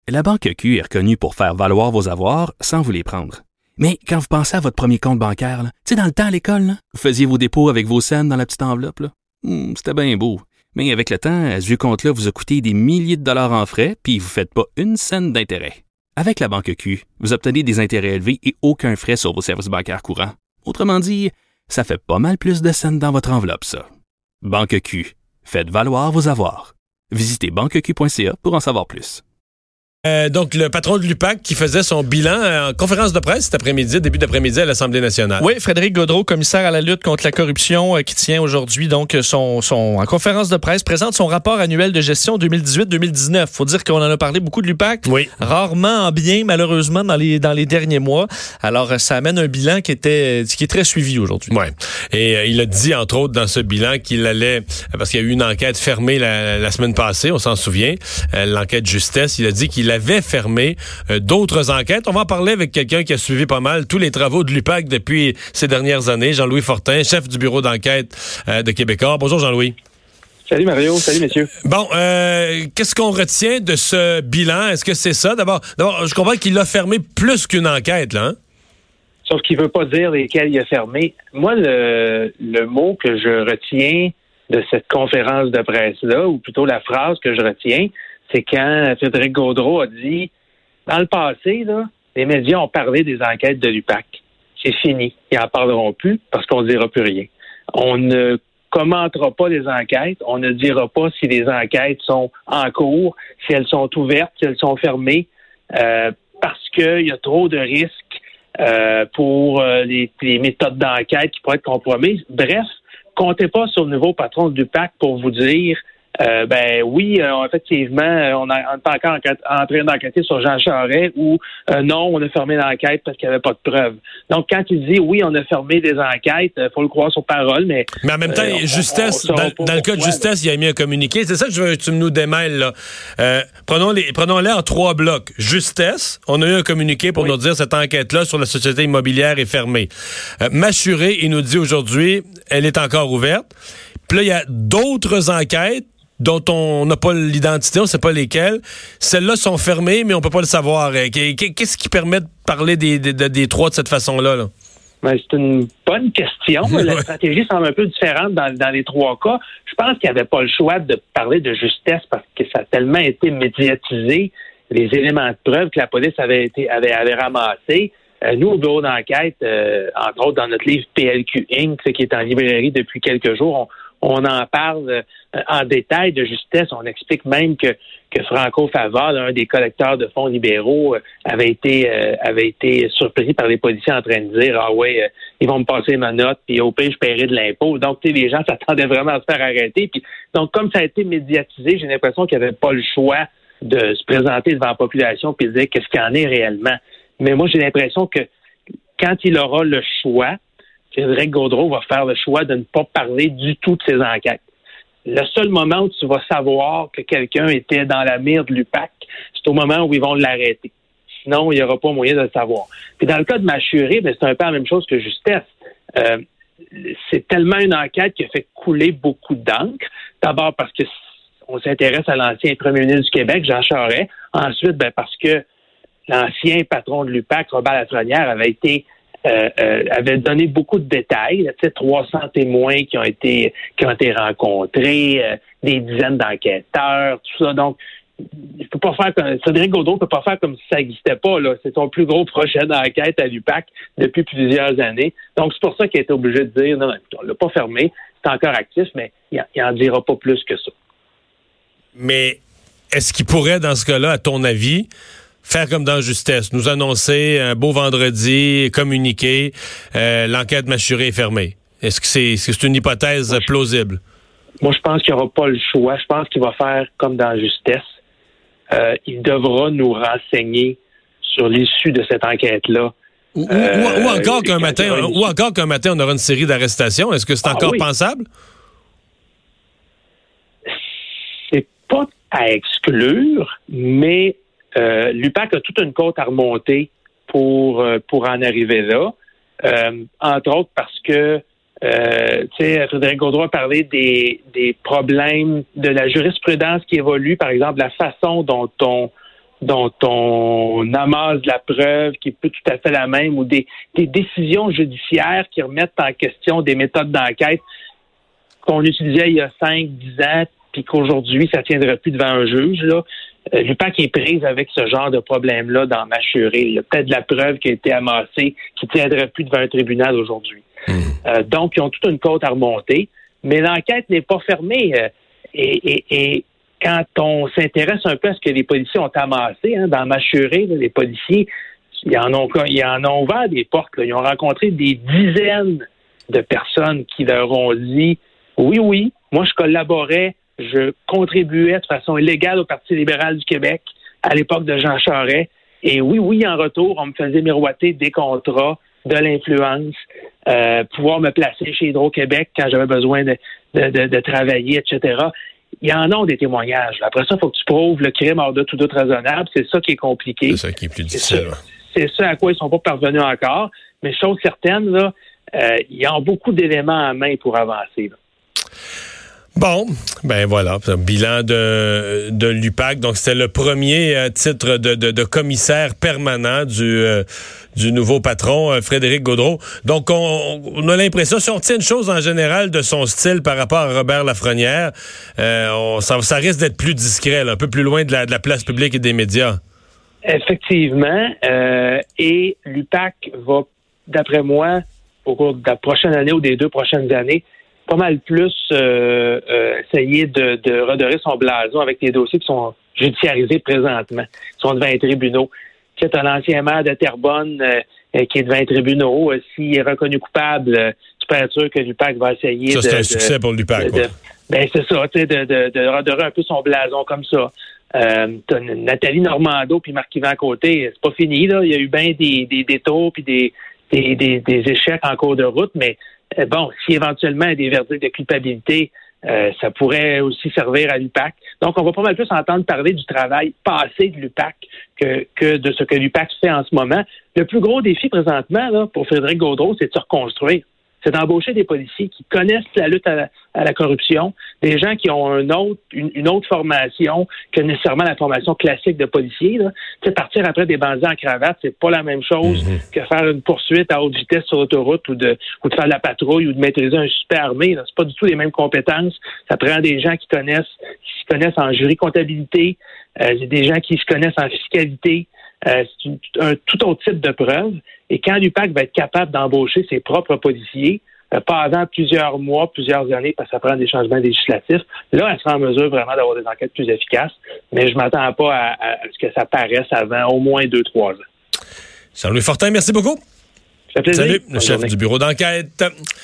La Banque Q est reconnue pour faire valoir vos avoirs sans vous les prendre. Mais quand vous pensez à votre premier compte bancaire, tu sais, dans le temps à l'école, là, vous faisiez vos dépôts avec vos scènes dans la petite enveloppe. Là. C'était bien beau. Mais avec le temps, ce vieux compte-là vous a coûté des milliers de dollars en frais, puis vous ne faites pas une scène d'intérêt. Avec la Banque Q, vous obtenez des intérêts élevés et aucun frais sur vos services bancaires courants. Autrement dit, ça fait pas mal plus de scènes dans votre enveloppe, ça. Banque Q. Faites valoir vos avoirs. Visitez banqueq.ca pour en savoir plus. Donc, le patron de l'UPAC qui faisait son bilan en conférence de presse cet après-midi, début d'après-midi à l'Assemblée nationale. Oui, Frédéric Gaudreault, commissaire à la lutte contre la corruption, qui tient aujourd'hui donc en conférence de presse, présente son rapport annuel de gestion 2018-2019. Faut dire qu'on en a parlé beaucoup de l'UPAC, oui. Rarement en bien, malheureusement, dans les derniers mois. Alors, ça amène un bilan qui est très suivi aujourd'hui. Ouais. Et il a dit, entre autres, dans ce bilan qu'il allait, parce qu'il y a eu une enquête fermée la semaine passée, on s'en souvient, l'enquête Justesse, il a dit qu'il avait fermé d'autres enquêtes. On va en parler avec quelqu'un qui a suivi pas mal tous les travaux de l'UPAC depuis ces dernières années, Jean-Louis Fortin, chef du bureau d'enquête de Québecor. Bonjour Jean-Louis. Salut Mario, salut messieurs. Bon, qu'est-ce qu'on retient de ce bilan? Est-ce que c'est ça? D'abord, je comprends qu'il a fermé plus qu'une enquête, là, hein? Sauf qu'il veut pas dire lesquels il a fermé. Moi, le mot que je retiens de cette conférence de presse-là, ou plutôt la phrase que je retiens, c'est quand Frédéric Gaudreault a dit, dans le passé, là, les médias ont parlé des enquêtes de l'UPAC. C'est fini. Ils n'en parleront plus parce qu'on ne dira plus rien. On ne commentera pas les enquêtes. On ne dira pas si les enquêtes sont en cours, si elles sont ouvertes, si elles sont fermées, parce qu'il y a trop de risques pour les méthodes d'enquête qui pourraient être compromises. Bref, comptez pas sur le nouveau patron de l'UPAC pour vous dire oui, effectivement, on n'est pas encore en train d'enquêter sur Jean Charest ou non, on a fermé l'enquête parce qu'il n'y avait pas de preuves. Donc, quand il dit oui, on a fermé des enquêtes, faut le croire sur parole, mais en même temps, Justesse, dans le cas de Justesse, il a mis un communiqué. C'est ça que je veux que tu nous démêles, là. Prenons-les en 3 blocs. Justesse, on a eu un communiqué pour nous dire cette enquête-là sur la société immobilière est fermée. Machuré, il nous dit aujourd'hui, elle est encore ouverte. Puis là, il y a d'autres enquêtes dont on n'a pas l'identité, on ne sait pas lesquelles. Celles-là sont fermées, mais on ne peut pas le savoir. Qu'est-ce qui permet de parler des 3 de cette façon-là, là? Ben, c'est une bonne question. La stratégie semble un peu différente dans les 3 cas. Je pense qu'il n'y avait pas le choix de parler de justesse parce que ça a tellement été médiatisé, les éléments de preuve que la police avait ramassés. Nous, au bureau d'enquête, entre autres dans notre livre PLQ Inc., qui est en librairie depuis quelques jours, on en parle en détail de justesse. On explique même que Franco Favard, un des collecteurs de fonds libéraux, avait été surpris par les policiers en train de dire ils vont me passer ma note, puis au pire, je paierai de l'impôt. Donc, les gens s'attendaient vraiment à se faire arrêter. Puis, donc, comme ça a été médiatisé, j'ai l'impression qu'il n'y avait pas le choix de se présenter devant la population puis de dire qu'est-ce qu'il y en est réellement. Mais moi, j'ai l'impression que quand il aura le choix, Frédéric Gaudreault va faire le choix de ne pas parler du tout de ces enquêtes. Le seul moment où tu vas savoir que quelqu'un était dans la mire de l'UPAC, c'est au moment où ils vont l'arrêter. Sinon, il n'y aura pas moyen de le savoir. Puis dans le cas de Machuré, c'est un peu la même chose que Justesse. C'est tellement une enquête qui a fait couler beaucoup d'encre. D'abord parce que on s'intéresse à l'ancien premier ministre du Québec, Jean Charest. Ensuite, parce que l'ancien patron de l'UPAC, Robert Lafrenière, avait donné beaucoup de détails, 300 témoins qui ont été rencontrés, des dizaines d'enquêteurs, tout ça. Donc, il peut pas faire comme Frédéric Gaudreault peut pas faire comme si ça n'existait pas, là. C'est son plus gros projet d'enquête à l'UPAC depuis plusieurs années. Donc, c'est pour ça qu'il a été obligé de dire non, on l'a pas fermé, c'est encore actif, mais il en dira pas plus que ça. Mais est-ce qu'il pourrait, dans ce cas-là, à ton avis, faire comme dans Justesse, nous annoncer un beau vendredi, communiquer, l'enquête Machuré est fermée? Est-ce que c'est une hypothèse plausible? Moi, je pense qu'il n'y aura pas le choix. Je pense qu'il va faire comme dans Justesse. Il devra nous renseigner sur l'issue de cette enquête-là. Ou encore qu'un matin, on aura une série d'arrestations. Est-ce que c'est encore pensable? C'est pas à exclure, mais l'UPAC a toute une côte à remonter pour en arriver là. Entre autres parce que Frédéric Gaudreault a parlé des problèmes de la jurisprudence qui évolue, par exemple la façon dont dont on amasse de la preuve qui est plus tout à fait la même, ou des décisions judiciaires qui remettent en question des méthodes d'enquête qu'on utilisait il y a 5-10 ans, puis qu'aujourd'hui, ça ne tiendrait plus devant un juge, là. L'UPAC est prise avec ce genre de problème-là dans Mâchuré. Il y a peut-être de la preuve qui a été amassée qui ne tiendrait plus devant un tribunal aujourd'hui. Donc, ils ont toute une côte à remonter, mais l'enquête n'est pas fermée. Et quand on s'intéresse un peu à ce que les policiers ont amassé, dans Mâchuré, les policiers, ils en ont ouvert des portes. Là. Ils ont rencontré des dizaines de personnes qui leur ont dit « Oui, moi je collaborais, je contribuais de façon illégale au Parti libéral du Québec à l'époque de Jean Charest. Et oui, en retour, on me faisait miroiter des contrats, de l'influence, pouvoir me placer chez Hydro-Québec quand j'avais besoin de travailler, etc. » Il y en a des témoignages. Après ça, il faut que tu prouves le crime hors de tout doute raisonnable. C'est ça qui est compliqué. C'est ça qui est plus difficile. C'est ça à quoi ils ne sont pas parvenus encore. Mais chose certaine, là, il y a beaucoup d'éléments en main pour avancer. Là. Bon, ben voilà, bilan de l'UPAC. Donc, c'était le premier titre de commissaire permanent du nouveau patron, Frédéric Gaudreault. Donc, on a l'impression, si on retient une chose en général de son style par rapport à Robert Lafrenière, ça risque d'être plus discret, là, un peu plus loin de la place publique et des médias. Effectivement. Et l'UPAC va, d'après moi, au cours de la prochaine année ou des 2 prochaines années, pas mal plus essayer de redorer son blason avec les dossiers qui sont judiciarisés présentement, qui sont devant les tribunaux. Tu sais, un ancien maire de Terrebonne qui est devant les tribunaux. S'il est reconnu coupable, tu peux être sûr que l'UPAC va essayer ça, c'est un succès pour l'UPAC. Ben, c'est ça, tu sais, de redorer un peu son blason comme ça. T'as Nathalie Normando puis Marc-Yvan Côté, c'est pas fini, là. Il y a eu bien des détours puis des échecs en cours de route, mais bon, si éventuellement il y a des verdicts de culpabilité, ça pourrait aussi servir à l'UPAC. Donc, on va pas mal plus entendre parler du travail passé de l'UPAC que de ce que l'UPAC fait en ce moment. Le plus gros défi présentement là, pour Frédéric Gaudreault, c'est de se reconstruire. C'est d'embaucher des policiers qui connaissent la lutte à la corruption, des gens qui ont une autre formation que nécessairement la formation classique de policier. Là. Tu sais, partir après des bandits en cravate, c'est pas la même chose que faire une poursuite à haute vitesse sur l'autoroute ou de faire de la patrouille ou de maîtriser un suspect armé. Là. C'est pas du tout les mêmes compétences. Ça prend des gens qui se connaissent en jury comptabilité, des gens qui se connaissent en fiscalité. C'est un tout autre type de preuve. Et quand l'UPAC va être capable d'embaucher ses propres policiers, pas avant plusieurs mois, plusieurs années, parce que ça prend des changements législatifs, là, elle sera en mesure vraiment d'avoir des enquêtes plus efficaces. Mais je m'attends pas à ce que ça paraisse avant au moins 2-3 ans. Jean-Louis Fortin, merci beaucoup. Ça fait plaisir. Salut, le chef du bureau d'enquête.